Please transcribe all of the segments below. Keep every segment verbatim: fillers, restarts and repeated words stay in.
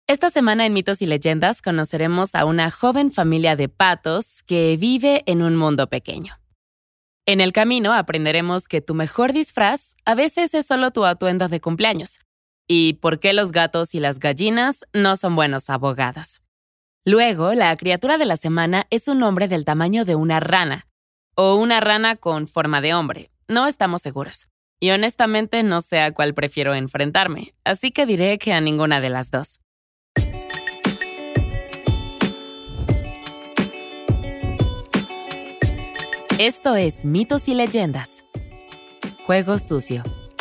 Esta semana en Mitos y Leyendas conoceremos a una joven familia de patos que vive en un mundo pequeño. En el camino aprenderemos que tu mejor disfraz a veces es solo tu atuendo de cumpleaños y por qué los gatos y las gallinas no son buenos abogados. Luego, la criatura de la semana es un hombre del tamaño de una rana o una rana con forma de hombre. No estamos seguros. Y honestamente no sé a cuál prefiero enfrentarme, así que diré que a ninguna de las dos. Esto es Mitos y Leyendas. Juego sucio.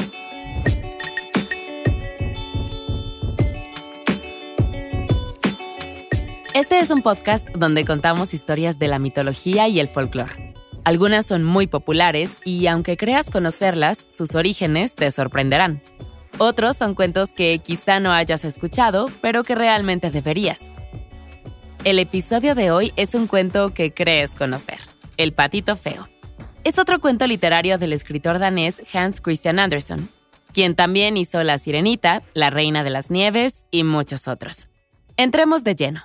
Este es un podcast donde contamos historias de la mitología y el folclore. Algunas son muy populares y, aunque creas conocerlas, sus orígenes te sorprenderán. Otros son cuentos que quizá no hayas escuchado, pero que realmente deberías. El episodio de hoy es un cuento que crees conocer. El patito feo. Es otro cuento literario del escritor danés Hans Christian Andersen, quien también hizo La Sirenita, La Reina de las Nieves y muchos otros. Entremos de lleno.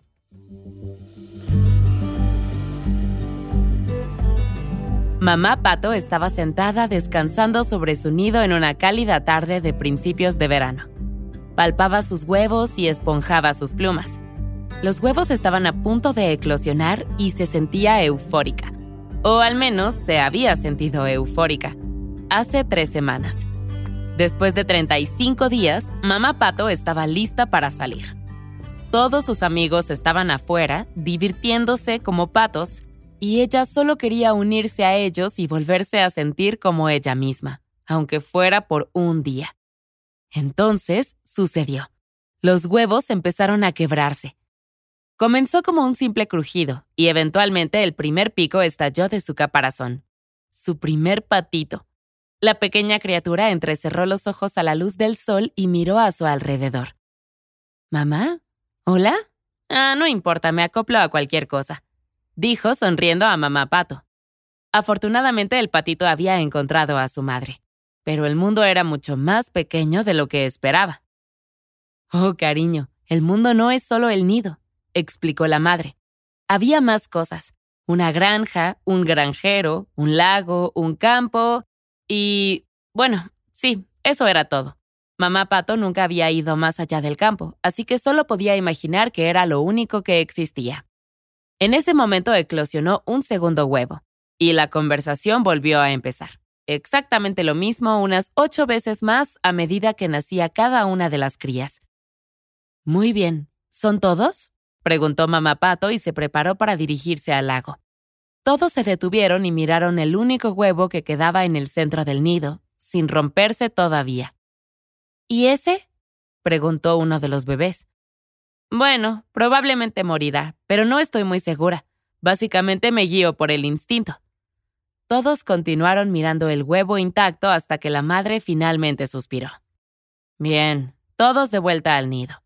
Mamá Pato estaba sentada descansando sobre su nido en una cálida tarde de principios de verano. Palpaba sus huevos y esponjaba sus plumas. Los huevos estaban a punto de eclosionar y se sentía eufórica. O al menos se había sentido eufórica. Hace tres semanas. Después de treinta y cinco días, Mamá Pato estaba lista para salir. Todos sus amigos estaban afuera, divirtiéndose como patos, y ella solo quería unirse a ellos y volverse a sentir como ella misma, aunque fuera por un día. Entonces, sucedió. Los huevos empezaron a quebrarse. Comenzó como un simple crujido y eventualmente el primer pico estalló de su caparazón. Su primer patito. La pequeña criatura entrecerró los ojos a la luz del sol y miró a su alrededor. ¿Mamá? ¿Hola? Ah, no importa, me acoplo a cualquier cosa, dijo sonriendo a Mamá Pato. Afortunadamente el patito había encontrado a su madre, pero el mundo era mucho más pequeño de lo que esperaba. Oh, cariño, el mundo no es solo el nido, explicó la madre. Había más cosas. Una granja, un granjero, un lago, un campo y... bueno, sí, eso era todo. Mamá Pato nunca había ido más allá del campo, así que solo podía imaginar que era lo único que existía. En ese momento eclosionó un segundo huevo, y la conversación volvió a empezar. Exactamente lo mismo unas ocho veces más a medida que nacía cada una de las crías. Muy bien, ¿son todos?, preguntó Mamá Pato y se preparó para dirigirse al lago. Todos se detuvieron y miraron el único huevo que quedaba en el centro del nido, sin romperse todavía. ¿Y ese?, preguntó uno de los bebés. Bueno, probablemente morirá, pero no estoy muy segura. Básicamente me guío por el instinto. Todos continuaron mirando el huevo intacto hasta que la madre finalmente suspiró. Bien, todos de vuelta al nido.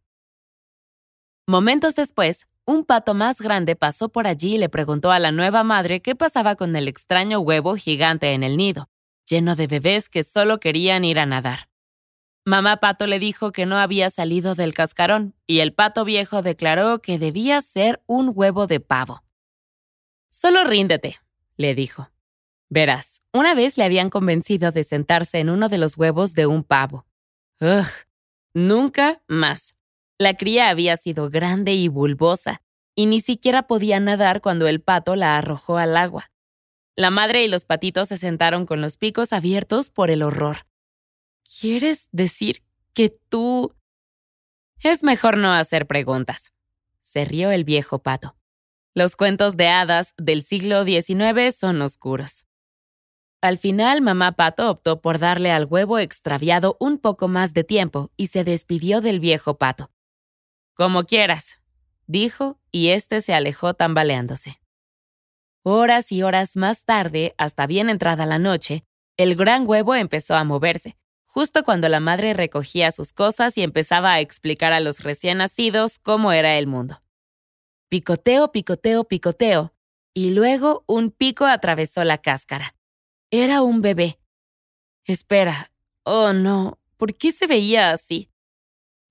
Momentos después, un pato más grande pasó por allí y le preguntó a la nueva madre qué pasaba con el extraño huevo gigante en el nido, lleno de bebés que solo querían ir a nadar. Mamá Pato le dijo que no había salido del cascarón y el pato viejo declaró que debía ser un huevo de pavo. Solo ríndete, le dijo. Verás, una vez le habían convencido de sentarse en uno de los huevos de un pavo. Ugh, nunca más. La cría había sido grande y bulbosa y ni siquiera podía nadar cuando el pato la arrojó al agua. La madre y los patitos se sentaron con los picos abiertos por el horror. ¿Quieres decir que tú...? Es mejor no hacer preguntas, se rió el viejo pato. Los cuentos de hadas del siglo diecinueve son oscuros. Al final, Mamá Pato optó por darle al huevo extraviado un poco más de tiempo y se despidió del viejo pato. Como quieras, dijo, y éste se alejó tambaleándose. Horas y horas más tarde, hasta bien entrada la noche, el gran huevo empezó a moverse, justo cuando la madre recogía sus cosas y empezaba a explicar a los recién nacidos cómo era el mundo. Picoteo, picoteo, picoteo, y luego un pico atravesó la cáscara. Era un bebé. Espera, oh no, ¿por qué se veía así?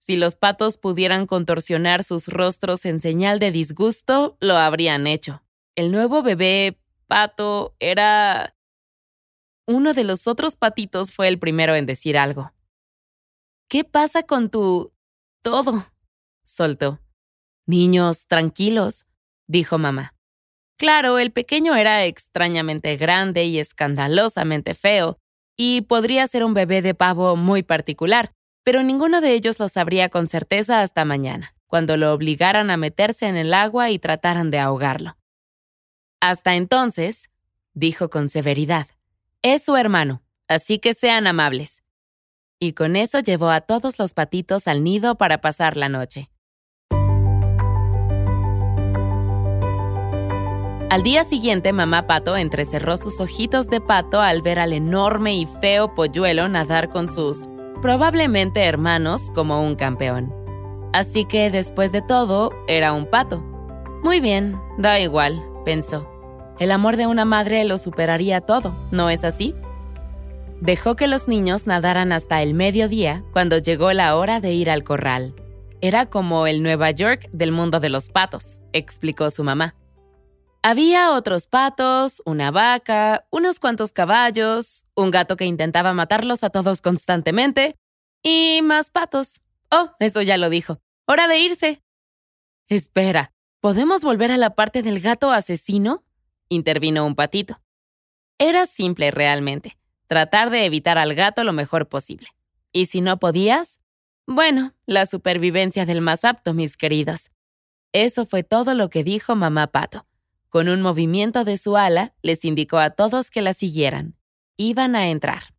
Si los patos pudieran contorsionar sus rostros en señal de disgusto, lo habrían hecho. El nuevo bebé pato era... Uno de los otros patitos fue el primero en decir algo. ¿Qué pasa con tu... todo?, soltó. Niños, tranquilos, dijo mamá. Claro, el pequeño era extrañamente grande y escandalosamente feo, y podría ser un bebé de pavo muy particular, pero ninguno de ellos lo sabría con certeza hasta mañana, cuando lo obligaran a meterse en el agua y trataran de ahogarlo. Hasta entonces, dijo con severidad, es su hermano, así que sean amables. Y con eso llevó a todos los patitos al nido para pasar la noche. Al día siguiente, mamá pato entrecerró sus ojitos de pato al ver al enorme y feo polluelo nadar con sus, probablemente hermanos, como un campeón. Así que, después de todo, era un pato. Muy bien, da igual, pensó. El amor de una madre lo superaría todo, ¿no es así? Dejó que los niños nadaran hasta el mediodía, cuando llegó la hora de ir al corral. Era como el Nueva York del mundo de los patos, explicó su mamá. Había otros patos, una vaca, unos cuantos caballos, un gato que intentaba matarlos a todos constantemente y más patos. Oh, eso ya lo dijo. ¡Hora de irse! Espera, ¿podemos volver a la parte del gato asesino?, intervino un patito. Era simple realmente, tratar de evitar al gato lo mejor posible. ¿Y si no podías? Bueno, la supervivencia del más apto, mis queridos. Eso fue todo lo que dijo mamá pato. Con un movimiento de su ala, les indicó a todos que la siguieran. Iban a entrar.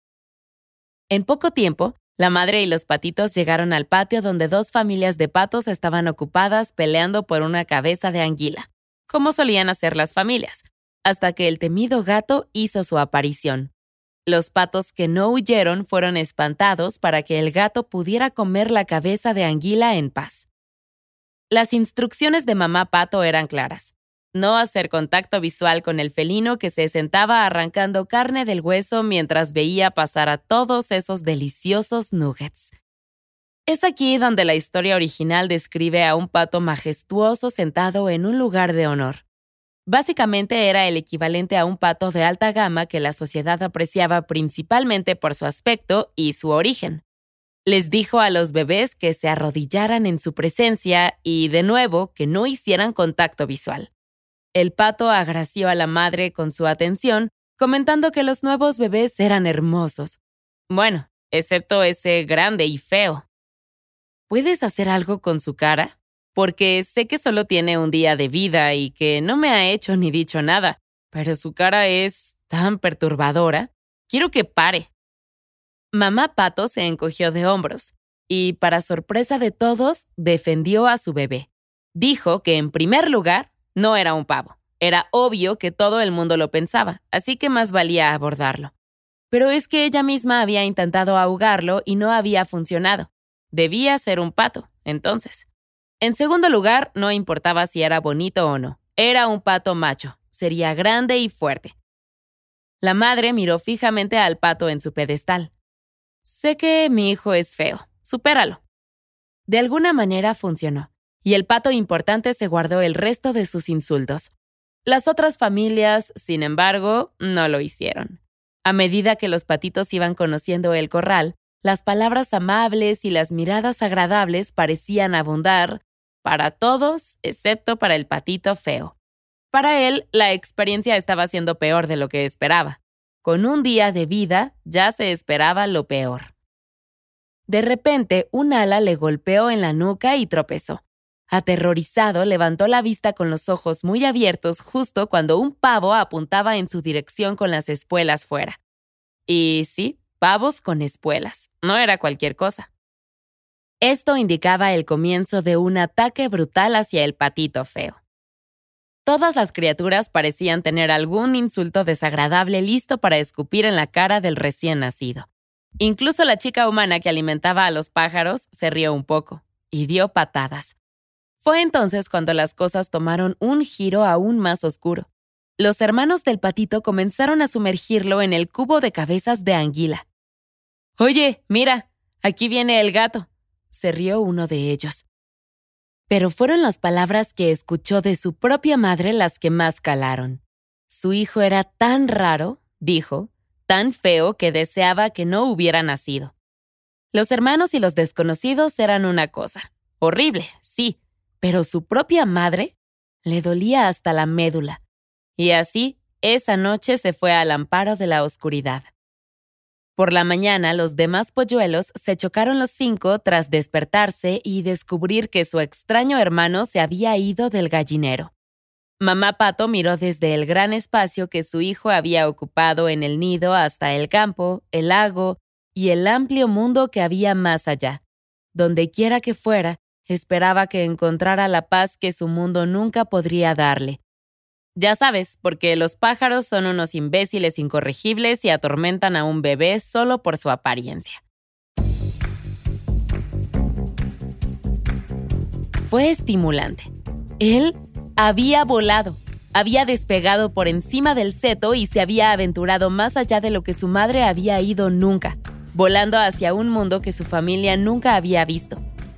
En poco tiempo, la madre y los patitos llegaron al patio donde dos familias de patos estaban ocupadas peleando por una cabeza de anguila, como solían hacer las familias, hasta que el temido gato hizo su aparición. Los patos que no huyeron fueron espantados para que el gato pudiera comer la cabeza de anguila en paz. Las instrucciones de mamá pato eran claras. No hacer contacto visual con el felino que se sentaba arrancando carne del hueso mientras veía pasar a todos esos deliciosos nuggets. Es aquí donde la historia original describe a un pato majestuoso sentado en un lugar de honor. Básicamente era el equivalente a un pato de alta gama que la sociedad apreciaba principalmente por su aspecto y su origen. Les dijo a los bebés que se arrodillaran en su presencia y, de nuevo, que no hicieran contacto visual. El pato agració a la madre con su atención, comentando que los nuevos bebés eran hermosos. Bueno, excepto ese grande y feo. ¿Puedes hacer algo con su cara? Porque sé que solo tiene un día de vida y que no me ha hecho ni dicho nada, pero su cara es tan perturbadora. Quiero que pare. Mamá pato se encogió de hombros y, para sorpresa de todos, defendió a su bebé. Dijo que, en primer lugar, no era un pavo. Era obvio que todo el mundo lo pensaba, así que más valía abordarlo. Pero es que ella misma había intentado ahogarlo y no había funcionado. Debía ser un pato, entonces. En segundo lugar, no importaba si era bonito o no. Era un pato macho. Sería grande y fuerte. La madre miró fijamente al pato en su pedestal. Sé que mi hijo es feo. Supéralo. De alguna manera funcionó. Y el pato importante se guardó el resto de sus insultos. Las otras familias, sin embargo, no lo hicieron. A medida que los patitos iban conociendo el corral, las palabras amables y las miradas agradables parecían abundar para todos, excepto para el patito feo. Para él, la experiencia estaba siendo peor de lo que esperaba. Con un día de vida, ya se esperaba lo peor. De repente, un ala le golpeó en la nuca y tropezó. Aterrorizado, levantó la vista con los ojos muy abiertos justo cuando un pavo apuntaba en su dirección con las espuelas fuera. Y sí, pavos con espuelas. No era cualquier cosa. Esto indicaba el comienzo de un ataque brutal hacia el patito feo. Todas las criaturas parecían tener algún insulto desagradable listo para escupir en la cara del recién nacido. Incluso la chica humana que alimentaba a los pájaros se rió un poco y dio patadas. Fue entonces cuando las cosas tomaron un giro aún más oscuro. Los hermanos del patito comenzaron a sumergirlo en el cubo de cabezas de anguila. «Oye, mira, aquí viene el gato», se rió uno de ellos. Pero fueron las palabras que escuchó de su propia madre las que más calaron. Su hijo era tan raro, dijo, tan feo que deseaba que no hubiera nacido. Los hermanos y los desconocidos eran una cosa. Horrible, sí, pero su propia madre le dolía hasta la médula. Y así, esa noche se fue al amparo de la oscuridad. Por la mañana, los demás polluelos se chocaron los cinco tras despertarse y descubrir que su extraño hermano se había ido del gallinero. Mamá Pato miró desde el gran espacio que su hijo había ocupado en el nido hasta el campo, el lago y el amplio mundo que había más allá. Donde quiera que fuera, esperaba que encontrara la paz que su mundo nunca podría darle. Ya sabes, porque los pájaros son unos imbéciles incorregibles y atormentan a un bebé solo por su apariencia. Fue estimulante. Él había volado, había despegado por encima del seto y se había aventurado más allá de lo que su madre había ido nunca, volando hacia un mundo que su familia nunca había visto.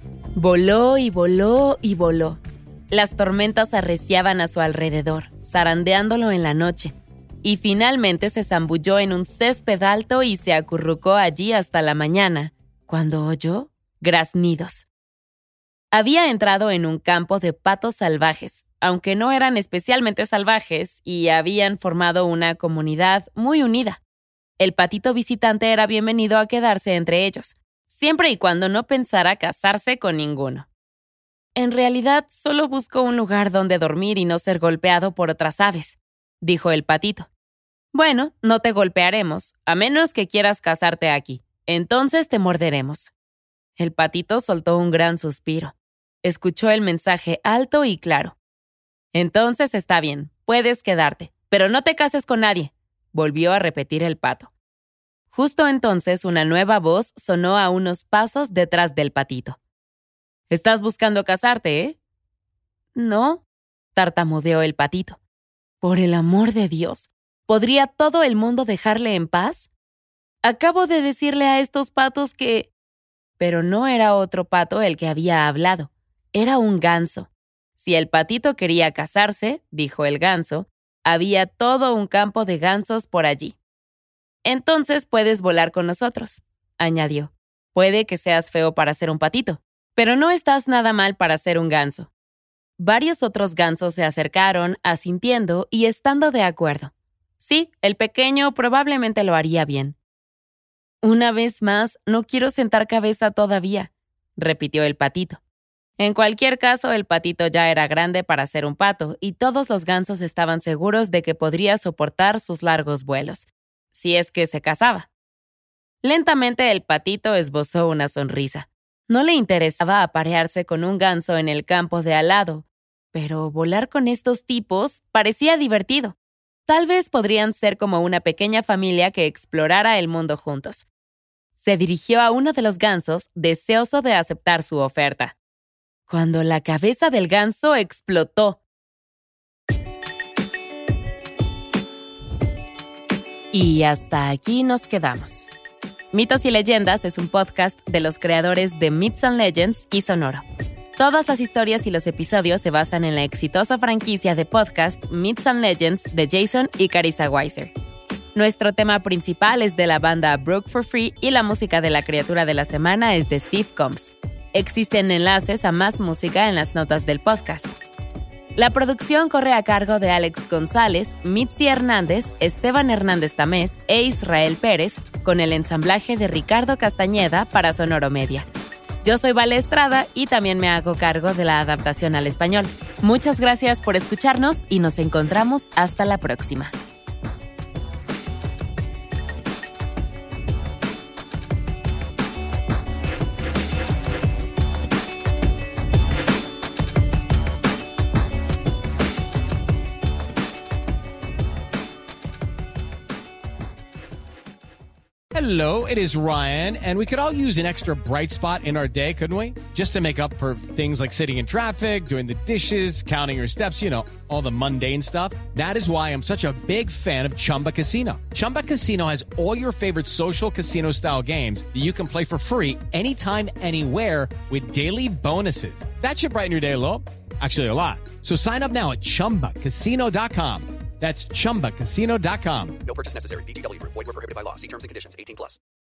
Voló y voló y voló. Las tormentas arreciaban a su alrededor, zarandeándolo en la noche, y finalmente se zambulló en un césped alto y se acurrucó allí hasta la mañana, cuando oyó graznidos. Había entrado en un campo de patos salvajes, aunque no eran especialmente salvajes, y habían formado una comunidad muy unida. El patito visitante era bienvenido a quedarse entre ellos, siempre y cuando no pensara casarse con ninguno. En realidad, solo busco un lugar donde dormir y no ser golpeado por otras aves, dijo el patito. Bueno, no te golpearemos, a menos que quieras casarte aquí. Entonces te morderemos. El patito soltó un gran suspiro. Escuchó el mensaje alto y claro. Entonces está bien, puedes quedarte, pero no te cases con nadie, volvió a repetir el pato. Justo entonces una nueva voz sonó a unos pasos detrás del patito. ¿Estás buscando casarte, eh? No, tartamudeó el patito. Por el amor de Dios, ¿podría todo el mundo dejarle en paz? Acabo de decirle a estos patos que... Pero no era otro pato el que había hablado. Era un ganso. Si el patito quería casarse, dijo el ganso, había todo un campo de gansos por allí. Entonces puedes volar con nosotros, añadió. Puede que seas feo para ser un patito, pero no estás nada mal para ser un ganso. Varios otros gansos se acercaron, asintiendo y estando de acuerdo. Sí, el pequeño probablemente lo haría bien. Una vez más, no quiero sentar cabeza todavía, repitió el patito. En cualquier caso, el patito ya era grande para ser un pato y todos los gansos estaban seguros de que podría soportar sus largos vuelos, si es que se casaba. Lentamente el patito esbozó una sonrisa. No le interesaba aparearse con un ganso en el campo de al lado, pero volar con estos tipos parecía divertido. Tal vez podrían ser como una pequeña familia que explorara el mundo juntos. Se dirigió a uno de los gansos, deseoso de aceptar su oferta. Cuando la cabeza del ganso explotó. Y hasta aquí nos quedamos. Mitos y Leyendas es un podcast de los creadores de Myths and Legends y Sonoro. Todas las historias y los episodios se basan en la exitosa franquicia de podcast Myths and Legends de Jason y Carissa Weiser. Nuestro tema principal es de la banda Broke for Free y la música de la criatura de la semana es de Steve Combs. Existen enlaces a más música en las notas del podcast. La producción corre a cargo de Alex González, Mitzi Hernández, Esteban Hernández Tamés e Israel Pérez, con el ensamblaje de Ricardo Castañeda para Sonoro Media. Yo soy Vale Estrada y también me hago cargo de la adaptación al español. Muchas gracias por escucharnos y nos encontramos hasta la próxima. Hello, it is Ryan, and we could all use an extra bright spot in our day, couldn't we? Just to make up for things like sitting in traffic, doing the dishes, counting your steps, you know, all the mundane stuff. That is why I'm such a big fan of Chumba Casino. Chumba Casino has all your favorite social casino-style games that you can play for free anytime, anywhere with daily bonuses. That should brighten your day a little. Actually, a lot. So sign up now at chumba casino dot com. That's chumba casino dot com. No purchase necessary. V G W Group. Void where prohibited by law. See terms and conditions. eighteen plus.